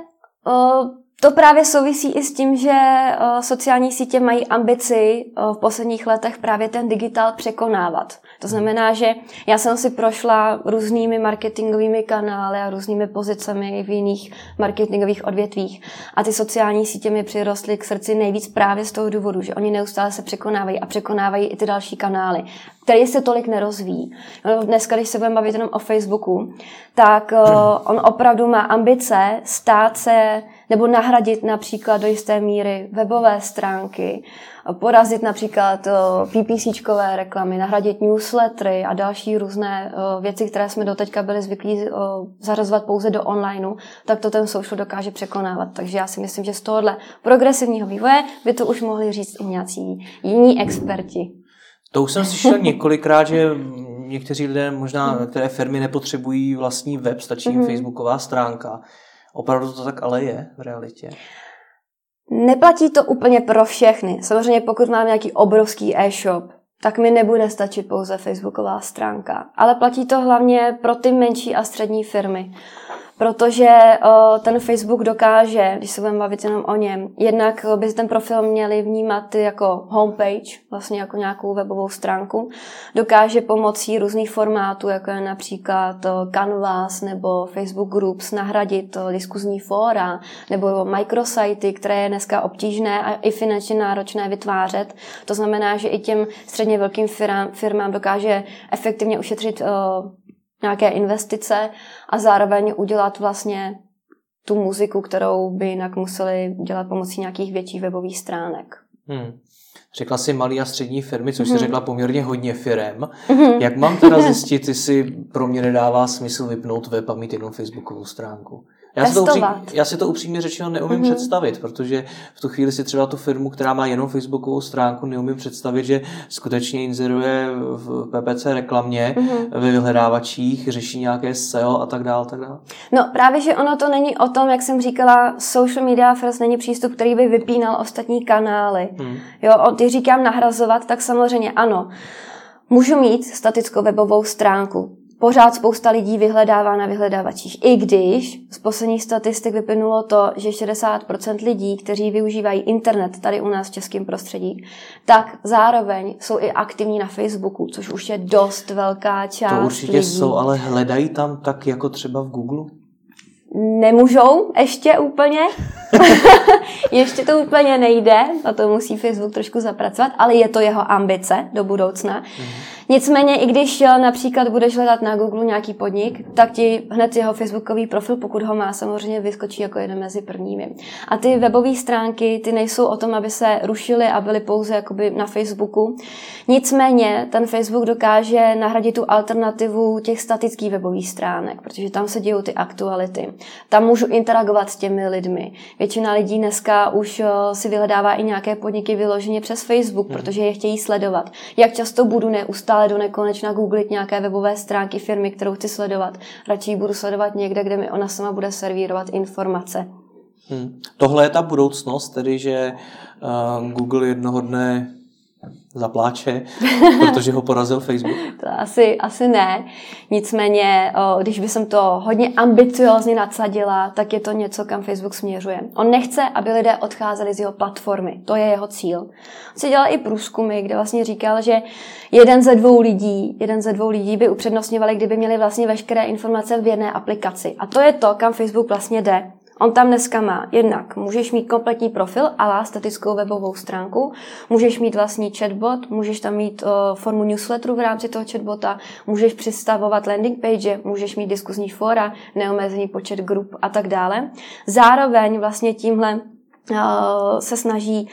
to právě souvisí i s tím, že sociální sítě mají ambici v posledních letech právě ten digitál překonávat. To znamená, že já jsem si prošla různými marketingovými kanály a různými pozicemi v jiných marketingových odvětvích a ty sociální sítě mi přirostly k srdci nejvíc právě z toho důvodu, že oni neustále se překonávají a překonávají i ty další kanály, které se tolik nerozvíjí. Dneska, když se budeme bavit jenom o Facebooku, tak on opravdu má ambice stát se nebo nahradit například do jisté míry webové stránky, porazit například PPCčkové reklamy, nahradit newslettery a další různé věci, které jsme doteďka byli zvyklí zařazovat pouze do onlineu, tak to ten social dokáže překonávat. Takže já si myslím, že z tohohle progresivního vývoje by to už mohli říct i nějací jiní experti. To už jsem slyšel několikrát, že někteří lidé, možná některé firmy nepotřebují vlastní web, stačí jim mm-hmm. facebooková stránka. Opravdu to tak ale je v realitě? Neplatí to úplně pro všechny. Samozřejmě pokud mám nějaký obrovský e-shop, tak mi nebude stačit pouze facebooková stránka. Ale platí to hlavně pro ty menší a střední firmy. Protože o, ten Facebook dokáže, když se budeme bavit jenom o něm, jednak by ten profil měli vnímat jako homepage, vlastně jako nějakou webovou stránku. Dokáže pomocí různých formátů, jako je například Canvas nebo Facebook Groups, nahradit diskuzní fóra nebo microsity, které je dneska obtížné a i finančně náročné vytvářet. To znamená, že i těm středně velkým firmám, firmám dokáže efektivně ušetřit o, nějaké investice a zároveň udělat vlastně tu muziku, kterou by jinak museli dělat pomocí nějakých větších webových stránek. Hmm. Řekla jsi malý a střední firmy, což hmm. jsi řekla poměrně hodně firem. Hmm. Jak mám teda zjistit, jestli pro mě nedává smysl vypnout web a mít jenom facebookovou stránku? Já si, to upřím, já si to upřímně řečeno neumím mm-hmm. představit, protože v tu chvíli si třeba tu firmu, která má jenom facebookovou stránku, neumím představit, že skutečně inzeruje v P P C reklamě, mm-hmm. ve vyhledávačích, řeší nějaké S E O a tak dále, tak dále. No právě, že ono to není o tom, jak jsem říkala, social media first není přístup, který by vypínal ostatní kanály. Mm. Jo, když říkám nahrazovat, tak samozřejmě ano. Můžu mít statickou webovou stránku. Pořád spousta lidí vyhledává na vyhledávačích. I když z posledních statistik vyplynulo to, že šedesát procent lidí, kteří využívají internet tady u nás v českém prostředí, tak zároveň jsou i aktivní na Facebooku, což už je dost velká část lidí. To určitě lidí. Jsou, ale hledají tam tak jako třeba v Google? Nemůžou ještě úplně. Ještě to úplně nejde, a to musí Facebook trošku zapracovat, ale je to jeho ambice do budoucna. Mm. Nicméně, i když například budeš hledat na Google nějaký podnik, tak ti hned jeho facebookový profil, pokud ho má, samozřejmě vyskočí jako jeden mezi prvními. A ty webové stránky, ty nejsou o tom, aby se rušily a byly pouze jakoby na Facebooku. Nicméně, ten Facebook dokáže nahradit tu alternativu těch statických webových stránek, protože tam se dějou ty aktuality. Tam můžu interagovat s těmi lidmi. Většina lidí dneska už si vyhledává i nějaké podniky vyloženě přes Facebook, hmm. protože je chtějí sledovat. Jak často budu neustále do nekonečna googlit nějaké webové stránky firmy, kterou chci sledovat. Radši budu sledovat někde, kde mi ona sama bude servírovat informace. Hmm. Tohle je ta budoucnost, tedy že uh, Google jednoho dne zapláče, protože ho porazil Facebook? To asi, asi ne. Nicméně, když by jsem to hodně ambiciozně nadsadila, tak je to něco, kam Facebook směřuje. On nechce, aby lidé odcházeli z jeho platformy. To je jeho cíl. On si dělal i průzkumy, kde vlastně říkal, že jeden ze dvou lidí, jeden ze dvou lidí by upřednostňovali, kdyby měli vlastně veškeré informace v jedné aplikaci. A to je to, kam Facebook vlastně jde. On tam dneska má jednak, můžeš mít kompletní profil a statickou webovou stránku, můžeš mít vlastní chatbot, můžeš tam mít uh, formu newsletteru v rámci toho chatbota, můžeš přistavovat landing page, můžeš mít diskuzní fóra, neomezený počet grup a tak dále. Zároveň vlastně tímhle uh, se snaží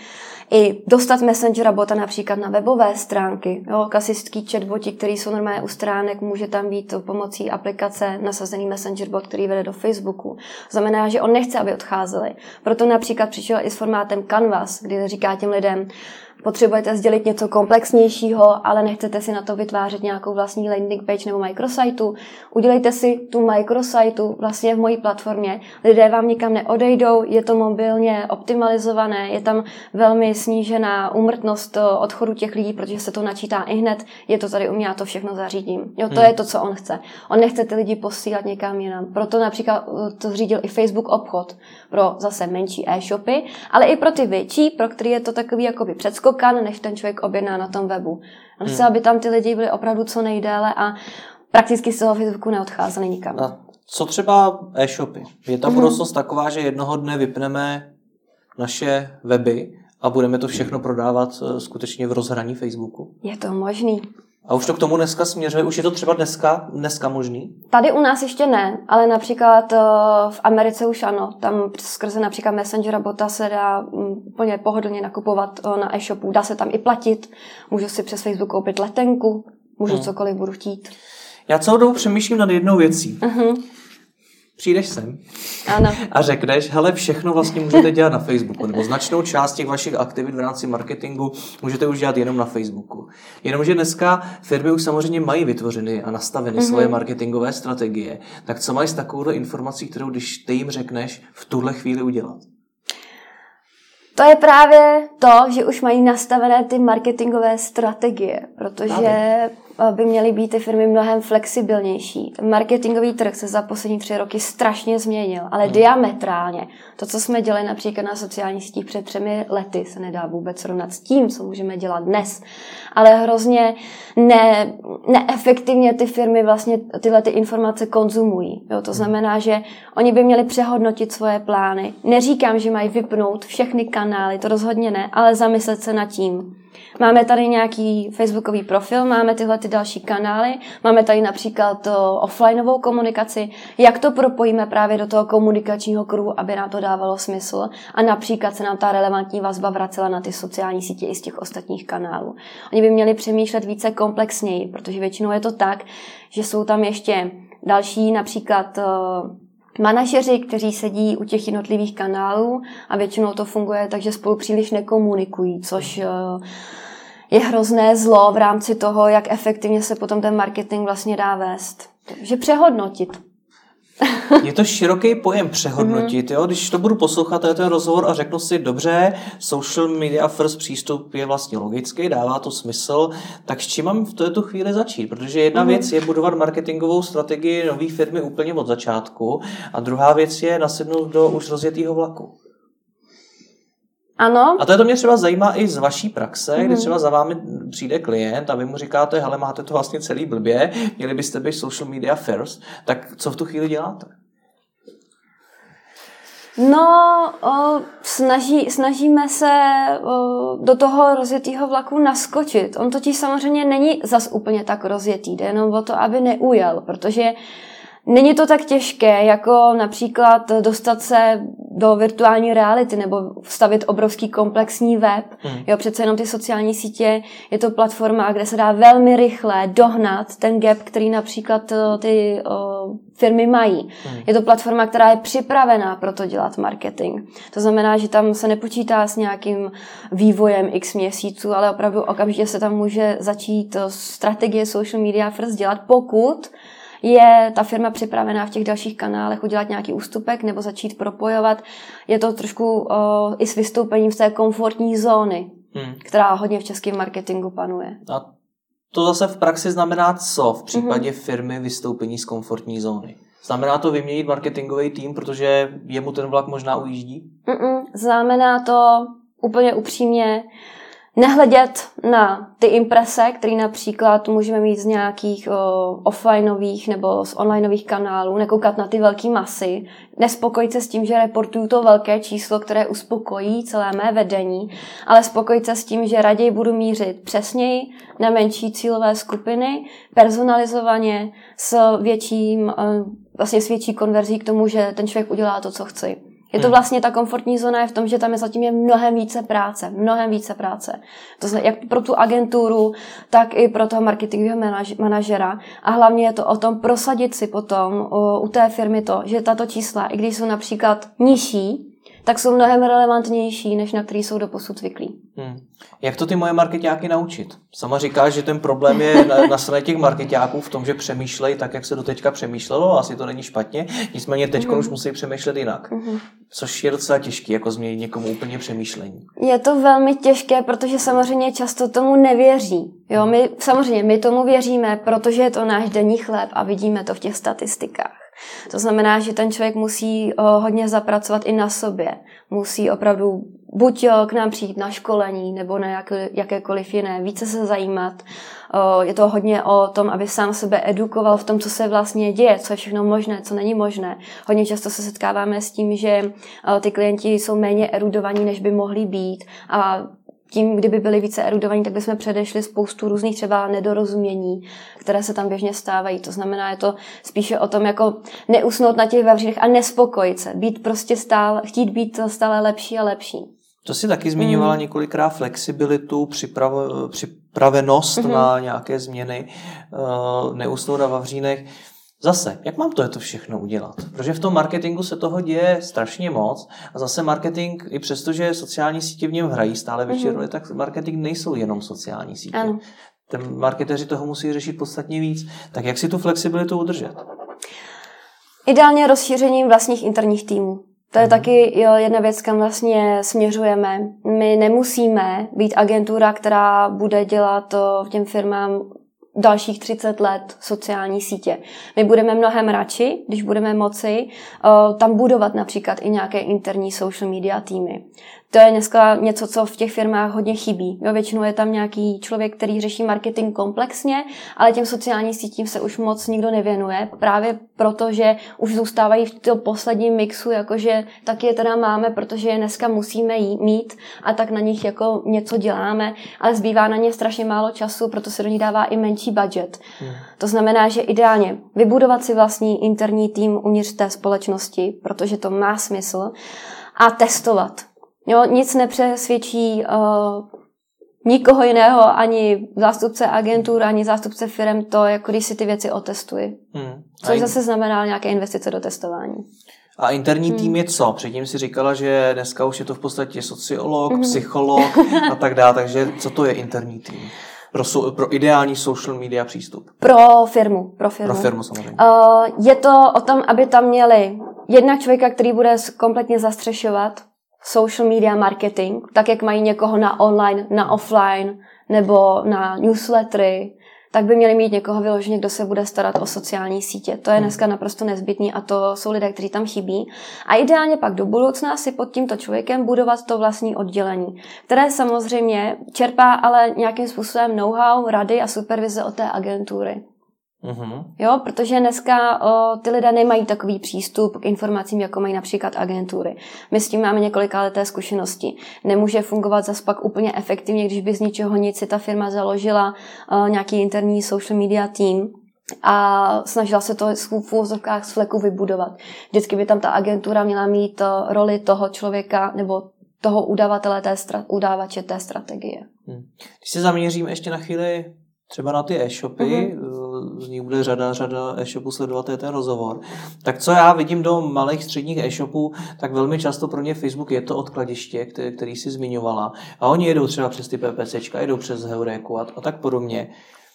i dostat Messengera bota například na webové stránky. Jo, klasický chatboti, který jsou normálně u stránek, může tam být pomocí aplikace nasazený Messenger bot, který vede do Facebooku. Znamená, že on nechce, aby odcházeli. Proto například přišel i s formátem Canvas, kdy říká těm lidem, potřebujete sdělit něco komplexnějšího, ale nechcete si na to vytvářet nějakou vlastní landing page nebo micrositeu. Udělejte si tu micrositeu vlastně v mojí platformě. Lidé vám nikam neodejdou, je to mobilně optimalizované, je tam velmi snížená úmrtnost odchodu těch lidí, protože se to načítá i hned. Je to tady u mě, já to všechno zařídím. Jo, to hmm. je to, co on chce. On nechce ty lidi posílat někam jinam. Proto například to zřídil i Facebook obchod pro zase menší e-shopy, ale i pro ty větší, pro který je to takový jakoby předskok, než ten člověk objedná na tom webu. On chce, hmm. aby tam ty lidi byli opravdu co nejdéle a prakticky z toho Facebooku neodcházeli nikam. A co třeba e-shopy? Je ta budoucnost mm-hmm. taková, že jednoho dne vypneme naše weby a budeme to všechno prodávat skutečně v rozhraní Facebooku? Je to možný. A už to k tomu dneska směřuje? Už je to třeba dneska, dneska možný? Tady u nás ještě ne, ale například v Americe už ano. Tam skrze například Messengera bota se dá úplně pohodlně nakupovat na e-shopu. Dá se tam i platit. Můžu si přes Facebook koupit letenku. Můžu hmm. cokoliv budu chtít. Já celou dobu přemýšlím nad jednou věcí. Uh-huh. Přijdeš sem ano. a řekneš, hele, všechno vlastně můžete dělat na Facebooku, nebo značnou část těch vašich aktivit v rámci marketingu můžete už dělat jenom na Facebooku. Jenomže dneska firmy už samozřejmě mají vytvořeny a nastaveny mm-hmm. svoje marketingové strategie. Tak co mají s takovou informací, kterou když ty jim řekneš v tuhle chvíli udělat? To je právě to, že už mají nastavené ty marketingové strategie, protože by měly být ty firmy mnohem flexibilnější. Ten marketingový trh se za poslední tři roky strašně změnil, ale hmm. diametrálně. To, co jsme dělali například na sociálních sítích před třemi lety, se nedá vůbec srovnat s tím, co můžeme dělat dnes. Ale hrozně ne, neefektivně ty firmy vlastně tyhle ty informace konzumují. Jo, to znamená, že oni by měli přehodnotit svoje plány. Neříkám, že mají vypnout všechny kanály, to rozhodně ne, ale zamyslet se nad tím. Máme tady nějaký facebookový profil, máme tyhle ty další kanály, máme tady například offlineovou komunikaci, jak to propojíme právě do toho komunikačního kruhu, aby nám to dávalo smysl a například se nám ta relevantní vazba vracela na ty sociální sítě i z těch ostatních kanálů. Oni by měli přemýšlet více komplexněji, protože většinou je to tak, že jsou tam ještě další například manažeři, kteří sedí u těch jednotlivých kanálů a většinou to funguje tak, že spolu příliš nekomunikují, což je hrozné zlo v rámci toho, jak efektivně se potom ten marketing vlastně dá vést. Takže přehodnotit. Je to široký pojem přehodnotit, jo? Když to budu poslouchat, to je ten rozhovor a řeknu si, dobře, social media first přístup je vlastně logický, dává to smysl, tak s čím mám v této chvíli začít? Protože jedna mm. věc je budovat marketingovou strategii nové firmy úplně od začátku a druhá věc je nasednout do už rozjetého vlaku. Ano. A to je to mě třeba zajímá i z vaší praxe, mm-hmm. kdy třeba za vámi přijde klient a vy mu říkáte, hele, máte to vlastně celý blbě, měli byste být social media first, tak co v tu chvíli děláte? No, o, snaží, snažíme se o, do toho rozjetého vlaku naskočit. On totiž samozřejmě není zas úplně tak rozjetý, jde jenom o to, aby neujel, protože není to tak těžké, jako například dostat se do virtuální reality nebo vstavit obrovský komplexní web. Hmm. Jo, přece jenom ty sociální sítě je to platforma, kde se dá velmi rychle dohnat ten gap, který například ty o, firmy mají. Hmm. Je to platforma, která je připravená pro to dělat marketing. To znamená, že tam se nepočítá s nějakým vývojem x měsíců, ale opravdu okamžitě se tam může začít strategie social media first dělat, pokud je ta firma připravená v těch dalších kanálech udělat nějaký ústupek nebo začít propojovat. Je to trošku o, i s vystoupením z té komfortní zóny. hmm. která hodně v českém marketingu panuje. A to zase v praxi znamená co v případě hmm. firmy vystoupení z komfortní zóny? Znamená to vyměnit marketingový tým, protože jemu ten vlak možná ujíždí? Mm-mm. Znamená to úplně upřímně nehledět na ty imprese, které například můžeme mít z nějakých o, offlineových nebo z onlineových kanálů, nekoukat na ty velké masy, nespokojit se s tím, že reportuju to velké číslo, které uspokojí celé mé vedení, ale spokojit se s tím, že raději budu mířit přesněji na menší cílové skupiny, personalizovaně s větším, vlastně s větší konverzí k tomu, že ten člověk udělá to, co chci. Je to vlastně ta komfortní zóna je v tom, že tam je zatím je mnohem více práce, mnohem více práce. To znamená, jak pro tu agenturu, tak i pro toho marketingového manaž- manažera. A hlavně je to o tom prosadit si potom u, u té firmy to, že tato čísla, i když jsou například nižší, tak jsou mnohem relevantnější, než na který jsou doposud zvyklí. Hmm. Jak to ty moje markeťáky naučit? Sama říkáš, že ten problém je na, na straně těch markeťáků v tom, že přemýšlejí tak, jak se doteďka přemýšlelo, asi to není špatně, nicméně teď mm-hmm. už musí přemýšlet jinak. Mm-hmm. Což je docela těžké, jako změnit někomu úplně přemýšlení. Je to velmi těžké, protože samozřejmě často tomu nevěří. Jo, my, samozřejmě my tomu věříme, protože je to náš denní chléb a vidíme to v těch statistikách. To znamená, že ten člověk musí o, hodně zapracovat i na sobě. Musí opravdu buď o, k nám přijít na školení nebo na jak, jakékoliv jiné, více se zajímat. O, je to hodně o tom, aby sám sebe edukoval v tom, co se vlastně děje, co je všechno možné, co není možné. Hodně často se setkáváme s tím, že o, ty klienti jsou méně erudovaní, než by mohli být a tím, kdyby byli více erudovaní, tak bychom předešli spoustu různých třeba nedorozumění, které se tam běžně stávají. To znamená, je to spíše o tom, jako neusnout na těch vavřínech a nespokojit se. Být prostě stále, chtít být stále lepší a lepší. To jsi taky zmiňovala mm. několikrát flexibilitu, připrav, připravenost mm-hmm. na nějaké změny, neusnout na vavřínech. Zase, jak mám to, je to všechno udělat? Protože v tom marketingu se toho děje strašně moc a zase marketing, i přestože sociální sítě v něm hrají stále větší mm-hmm. roli, tak marketing nejsou jenom sociální sítě. Ano. Ten marketeři toho musí řešit podstatně víc. Tak jak si tu flexibilitu udržet? Ideálně rozšířením vlastních interních týmů. To je mm-hmm. taky jo, jedna věc, kam vlastně směřujeme. My nemusíme být agentura, která bude dělat v těm firmám dalších třicet let sociální sítě. My budeme mnohem radši, když budeme moci uh, tam budovat například i nějaké interní social media týmy. To je dneska něco, co v těch firmách hodně chybí. Jo, většinou je tam nějaký člověk, který řeší marketing komplexně, ale těm sociálním sítím se už moc nikdo nevěnuje, právě proto, že už zůstávají v tom posledním mixu, jakože tak je teda máme, protože je dneska musíme jí mít a tak na nich jako něco děláme, ale zbývá na ně strašně málo času, proto se do nich dává i menší budget. Hmm. To znamená, že ideálně vybudovat si vlastní interní tým uvnitř té společnosti, protože to má smysl, a testovat. Jo, nic nepřesvědčí uh, nikoho jiného, ani zástupce agentur, ani zástupce firem to, jako když si ty věci otestuji. Hmm. Což in... zase znamená nějaké investice do testování. A interní hmm. tým je co? Předtím si říkala, že dneska už je to v podstatě sociolog, hmm. psycholog a tak dále, takže co to je interní tým? Pro, so, pro ideální social media přístup. Pro firmu. Pro firmu, pro firmu samozřejmě. Uh, je to o tom, aby tam měli jednak člověka, který bude kompletně zastřešovat social media marketing, tak jak mají někoho na online, na offline nebo na newslettery, tak by měli mít někoho vyloženě, kdo se bude starat o sociální sítě. To je dneska naprosto nezbytný a to jsou lidé, kteří tam chybí. A ideálně pak do budoucna si pod tímto člověkem budovat to vlastní oddělení, které samozřejmě čerpá ale nějakým způsobem know-how, rady a supervize od té agentury. Uhum. Jo, protože dneska o, ty lidé nemají takový přístup k informacím, jako mají například agentury. My s tím máme několika leté zkušenosti. Nemůže fungovat zas pak úplně efektivně, když by z ničeho nic si ta firma založila o, nějaký interní social media tým a snažila se to v úvozovkách z fleku vybudovat. Vždycky by tam ta agentura měla mít o, roli toho člověka nebo toho udavatele, té stra- udávače té strategie. Hmm. Když se zaměříme ještě na chvíli třeba na ty e-shopy, mm-hmm. z nich bude řada, řada e-shopů sledovat, je ten rozhovor. Tak co já vidím do malých středních e-shopů, tak velmi často pro ně Facebook je to odkladiště, který, který jsi zmiňovala. A oni jedou třeba přes ty PPCčka, jedou přes Heuréku a, a tak podobně.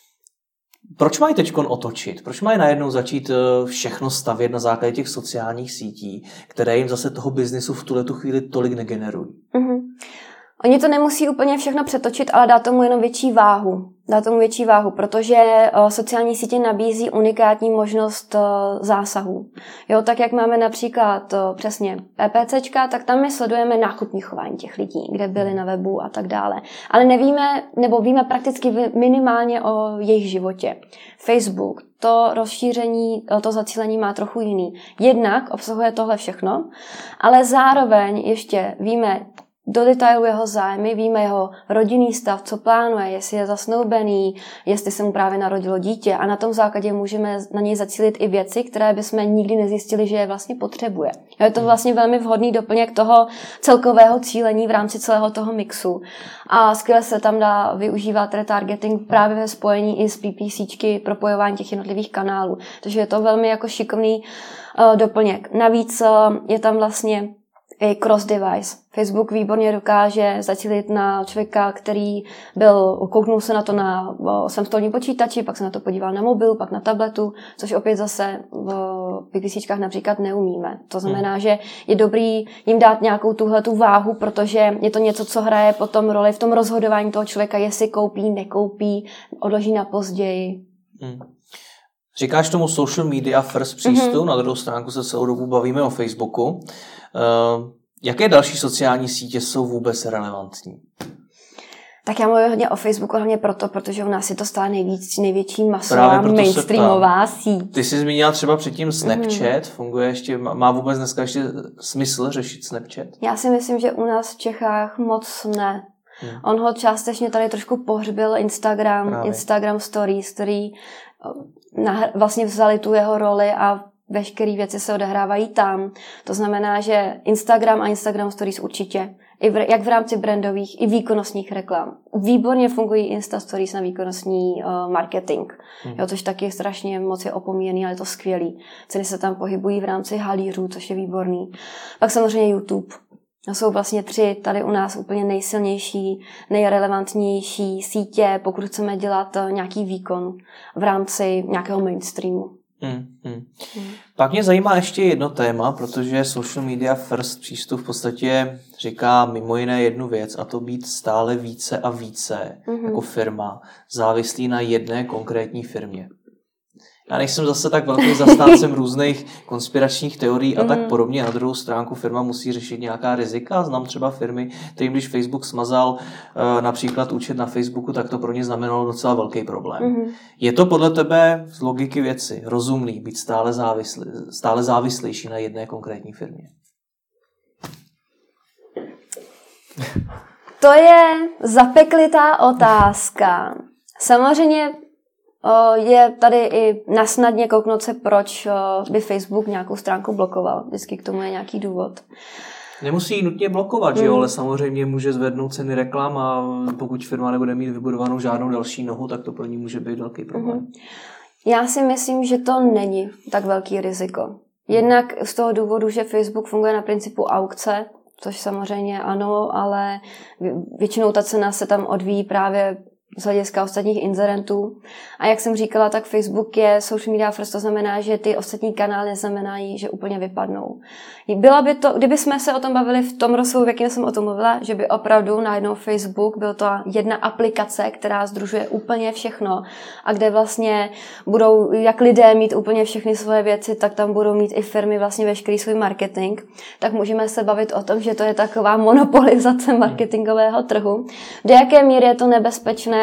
Proč mají teďkon otočit? Proč mají najednou začít všechno stavět na základě těch sociálních sítí, které jim zase toho biznisu v tuhletu chvíli tolik negenerují? Mm-hmm. Oni to nemusí úplně všechno přetočit, ale dá tomu jenom větší váhu. Dá tomu větší váhu, protože o, sociální sítě nabízí unikátní možnost o, zásahů. Jo, tak jak máme například o, přesně PPCčka, tak tam my sledujeme nákupní chování těch lidí, kde byli na webu a tak dále. Ale nevíme, nebo víme prakticky minimálně o jejich životě. Facebook, to rozšíření, to zacílení má trochu jiný. Jednak obsahuje tohle všechno, ale zároveň ještě víme do detailu jeho zájmy, víme jeho rodinný stav, co plánuje, jestli je zasnoubený, jestli se mu právě narodilo dítě a na tom základě můžeme na něj zacílit i věci, které bychom nikdy nezjistili, že je vlastně potřebuje. Je to vlastně velmi vhodný doplněk toho celkového cílení v rámci celého toho mixu. A skvěle se tam dá využívat retargeting právě ve spojení i s PPCčky, propojování těch jednotlivých kanálů. Takže je to velmi jako šikovný uh, doplněk. Navíc uh, je tam vlastně i cross-device. Facebook výborně dokáže zacílit na člověka, který byl, kouknul se na to na svém stolním počítači, pak se na to podíval na mobilu, pak na tabletu, což opět zase v PPCčkách například neumíme. To znamená, že je dobrý jim dát nějakou tuhletu váhu, protože je to něco, co hraje potom roli v tom rozhodování toho člověka, jestli koupí, nekoupí, odloží na později. Hmm. Říkáš tomu social media first přístup, mm-hmm. na druhou stránku se celou dobu bavíme o Facebooku. Uh, jaké další sociální sítě jsou vůbec relevantní? Tak já mluvím hodně o Facebooku, hlavně proto, protože u nás je to stále nejvíc, největší masová mainstreamová síť. Ty jsi zmínila třeba předtím Snapchat, mm-hmm. funguje ještě, má vůbec dneska ještě smysl řešit Snapchat? Já si myslím, že u nás v Čechách moc ne. Hmm. On ho částečně tady trošku pohřbil Instagram, Právě. Instagram Stories, který vlastně vzali tu jeho roli a veškeré věci se odehrávají tam. To znamená, že Instagram a Instagram Stories určitě, i v, jak v rámci brandových, i výkonnostních reklam. Výborně fungují Insta Stories na výkonnostní uh, marketing, hmm. jo, což taky strašně moc je opomíjený, ale je to skvělý. Ceny se tam pohybují v rámci halířů, což je výborný. Pak samozřejmě YouTube. To jsou vlastně tři tady u nás úplně nejsilnější, nejrelevantnější sítě, pokud chceme dělat nějaký výkon v rámci nějakého mainstreamu. Hmm, hmm. Hmm. Pak mě zajímá ještě jedno téma, protože social media first přístup v podstatě říká mimo jiné jednu věc, a to být stále více a více hmm. jako firma závislý na jedné konkrétní firmě. Já nejsem zase tak velký zastáncem různých konspiračních teorií a mm. tak podobně. Na druhou stránku firma musí řešit nějaká rizika. Znám třeba firmy, kterým když Facebook smazal uh, například účet na Facebooku, tak to pro ně znamenalo docela velký problém. Mm. Je to podle tebe z logiky věci rozumný být stále, závislý, stále závislejší na jedné konkrétní firmě? To je zapeklitá otázka. Samozřejmě je tady i nasnadně kouknout se, proč by Facebook nějakou stránku blokoval. Vždycky k tomu je nějaký důvod. Nemusí ji nutně blokovat, mm. že jo, ale samozřejmě může zvednout ceny reklam a pokud firma nebude mít vybudovanou žádnou další nohu, tak to pro ní může být velký problém. Mm. Já si myslím, že to není tak velký riziko. Jednak z toho důvodu, že Facebook funguje na principu aukce, což samozřejmě ano, ale většinou ta cena se tam odvíjí právě z hlediska ostatních inzerentů. A jak jsem říkala, tak Facebook je social media first, to znamená, že ty ostatní kanály neznamenají, že úplně vypadnou. Byla by to, kdyby jsme se o tom bavili v tom rozsahu, v jakém jsem o tom mluvila, že by opravdu najednou Facebook byl to jedna aplikace, která sdružuje úplně všechno a kde vlastně budou jak lidé mít úplně všechny svoje věci, tak tam budou mít i firmy vlastně veškerý svůj marketing, tak můžeme se bavit o tom, že to je taková monopolizace marketingového trhu. Do jaké míry je to nebezpečné,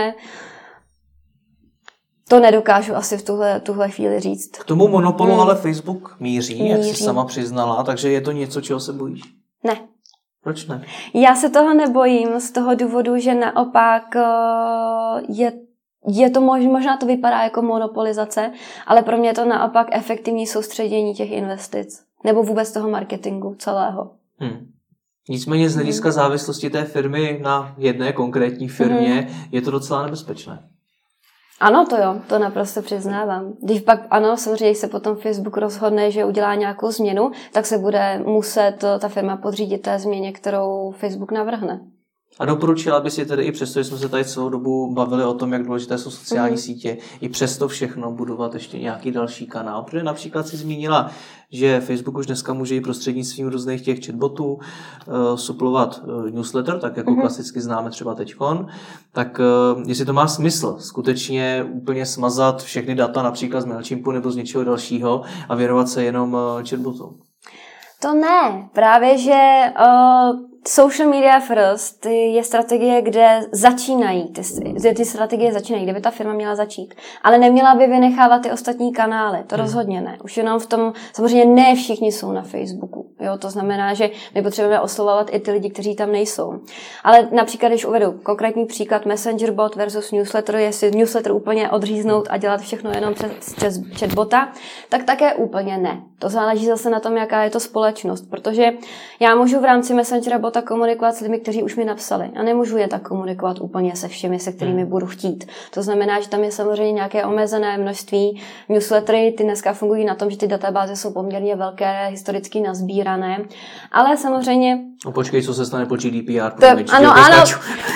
to nedokážu asi v tuhle, tuhle chvíli říct. K tomu monopolu hmm. ale Facebook míří, míří, jak jsi sama přiznala, takže je to něco, čeho se bojíš? Ne. Proč ne? Já se toho nebojím z toho důvodu, že naopak je, je to mož, možná to vypadá jako monopolizace, ale pro mě je to naopak efektivní soustředění těch investic. Nebo vůbec toho marketingu celého. Hmm. Nicméně z hlediska závislosti té firmy na jedné konkrétní firmě mm. je to docela nebezpečné. Ano, to jo, to naprosto přiznávám. Když pak, ano, samozřejmě, když se potom Facebook rozhodne, že udělá nějakou změnu, tak se bude muset ta firma podřídit té změně, kterou Facebook navrhne. A doporučila by si tedy i přesto, že jsme se tady celou dobu bavili o tom, jak důležité jsou sociální mm. sítě, i přesto všechno budovat ještě nějaký další kanál. Protože například si zmínila, že Facebook už dneska může i prostřednictvím různých těch chatbotů uh, suplovat uh, newsletter, tak jako mm. klasicky známe třeba teďkon. Tak uh, jestli to má smysl skutečně úplně smazat všechny data například z Mailchimpu nebo z něčeho dalšího a věnovat se jenom uh, chatbotům. To ne. Právě, že uh, social media first je strategie, kde začínají, ty, ty strategie začínají, kde by ta firma měla začít. Ale neměla by vynechávat ty ostatní kanály, to hmm. rozhodně ne. Už jenom v tom, samozřejmě ne všichni jsou na Facebooku. Jo, to znamená, že my potřebujeme oslovovat i ty lidi, kteří tam nejsou. Ale například, když uvedu konkrétní příklad Messenger bot versus newsletter, jestli newsletter úplně odříznout a dělat všechno jenom přes, přes chatbota, tak také úplně ne. To záleží zase na tom, jaká je to společnost, protože já můžu v rámci Messengera bota komunikovat s lidmi, kteří už mi napsali a nemůžu je tak komunikovat úplně se všemi, se kterými hmm. budu chtít. To znamená, že tam je samozřejmě nějaké omezené množství. Newslettery, ty dneska fungují na tom, že ty databáze jsou poměrně velké, historicky nazbírané, ale samozřejmě... No počkej, co se stane po G D P R? To, ano, ano.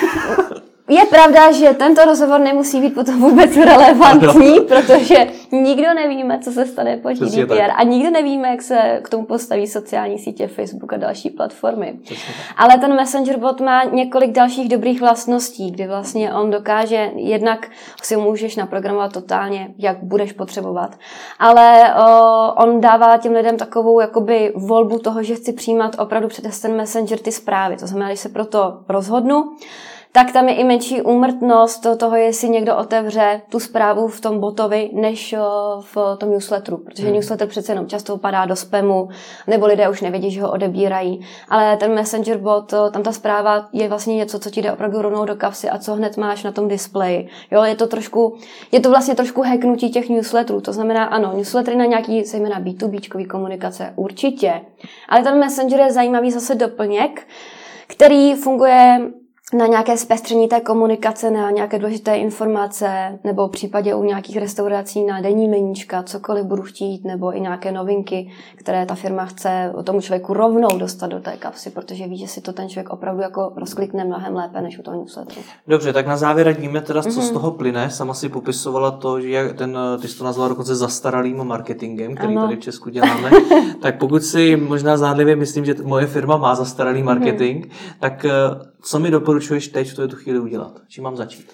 Je pravda, že tento rozhovor nemusí být potom vůbec relevantní, ano. Protože nikdo nevíme, co se stane po G D P R a nikdo nevíme, jak se k tomu postaví sociální sítě, Facebook a další platformy. Ale ten Messenger bot má několik dalších dobrých vlastností, kdy vlastně on dokáže, jednak si můžeš naprogramovat totálně, jak budeš potřebovat, ale o, on dává těm lidem takovou jakoby volbu toho, že chci přijímat opravdu přes ten Messenger ty zprávy. To znamená, když se proto rozhodnu, tak tam je i menší úmrtnost toho, jestli někdo otevře tu zprávu v tom botovi, než v tom newsletteru. Protože hmm. newsletter přece jenom často padá do spamu, nebo lidé už nevědí, že ho odebírají. Ale ten Messenger bot, tam ta zpráva je vlastně něco, co ti jde opravdu rovnou do kapsy a co hned máš na tom displeji. Jo, je to trošku, je to vlastně trošku hacknutí těch newsletterů. To znamená, ano, newslettery na nějaký, zejména bé dvě béčkový komunikace, určitě. Ale ten Messenger je zajímavý zase doplněk, který funguje na nějaké zpestření té komunikace, na nějaké důležité informace, nebo v případě u nějakých restaurací na denní meníčka, cokoliv budu chtít, nebo i nějaké novinky, které ta firma chce tomu člověku rovnou dostat do té kapsy, protože ví, že si to ten člověk opravdu jako rozklikne mnohem lépe než u toho newsletteru. Dobře, tak na závěr víme teda, co mm-hmm. z toho plyne. Sama si popisovala to, že ten, ty jsi to nazvala dokonce zastaralým marketingem, který ano. tady v Česku děláme. Tak pokud si možná zádlivě myslím, že moje firma má zastaralý marketing, mm-hmm. tak co mi doporučuješ teď v této chvíli udělat? Čím mám začít?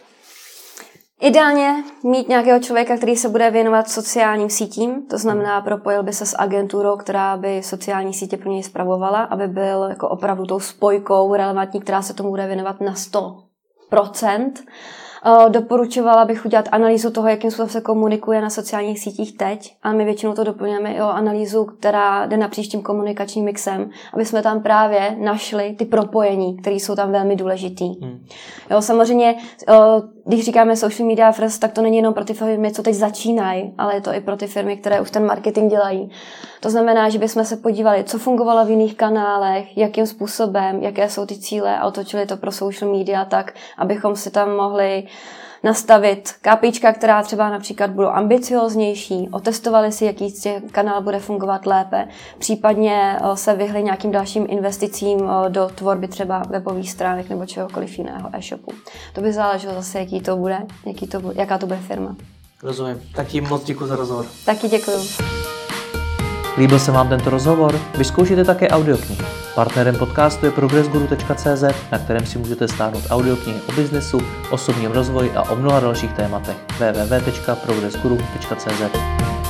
Ideálně mít nějakého člověka, který se bude věnovat sociálním sítím, to znamená propojil by se s agenturou, která by sociální sítě pro něj spravovala, aby byl jako opravdu tou spojkou relevantní, která se tomu bude věnovat na sto procent. Doporučovala bych udělat analýzu toho, jakým způsobem se komunikuje na sociálních sítích teď, a my většinou to doplňujeme i o analýzu, která jde napříč tím komunikačním mixem, aby jsme tam právě našli ty propojení, které jsou tam velmi důležitý. Hmm. Jo, samozřejmě, když říkáme social media first, tak to není jenom pro ty firmy, co teď začínají, ale je to i pro ty firmy, které už ten marketing dělají. To znamená, že bychom se podívali, co fungovalo v jiných kanálech, jakým způsobem, jaké jsou ty cíle a otočili to pro social media tak, abychom si tam mohli nastavit kápička, která třeba například budou ambicioznější, otestovali si, jaký z těch kanál bude fungovat lépe, případně se vyhli nějakým dalším investicím do tvorby třeba webových stránek nebo čehokoliv jiného e-shopu. To by záleželo zase, jaký to bude, jaký to bude, jaká to bude firma. Rozumím. Tak tím moc děkuji za rozhovor. Taky děkuji. Líbil se vám tento rozhovor? Vyzkoušejte také audioknihy. Partnerem podcastu je progressguru tečka cé zet, na kterém si můžete stáhnout audioknihy o biznesu, osobním rozvoji a o mnoha dalších tématech. w w w tečka progressguru tečka cé zet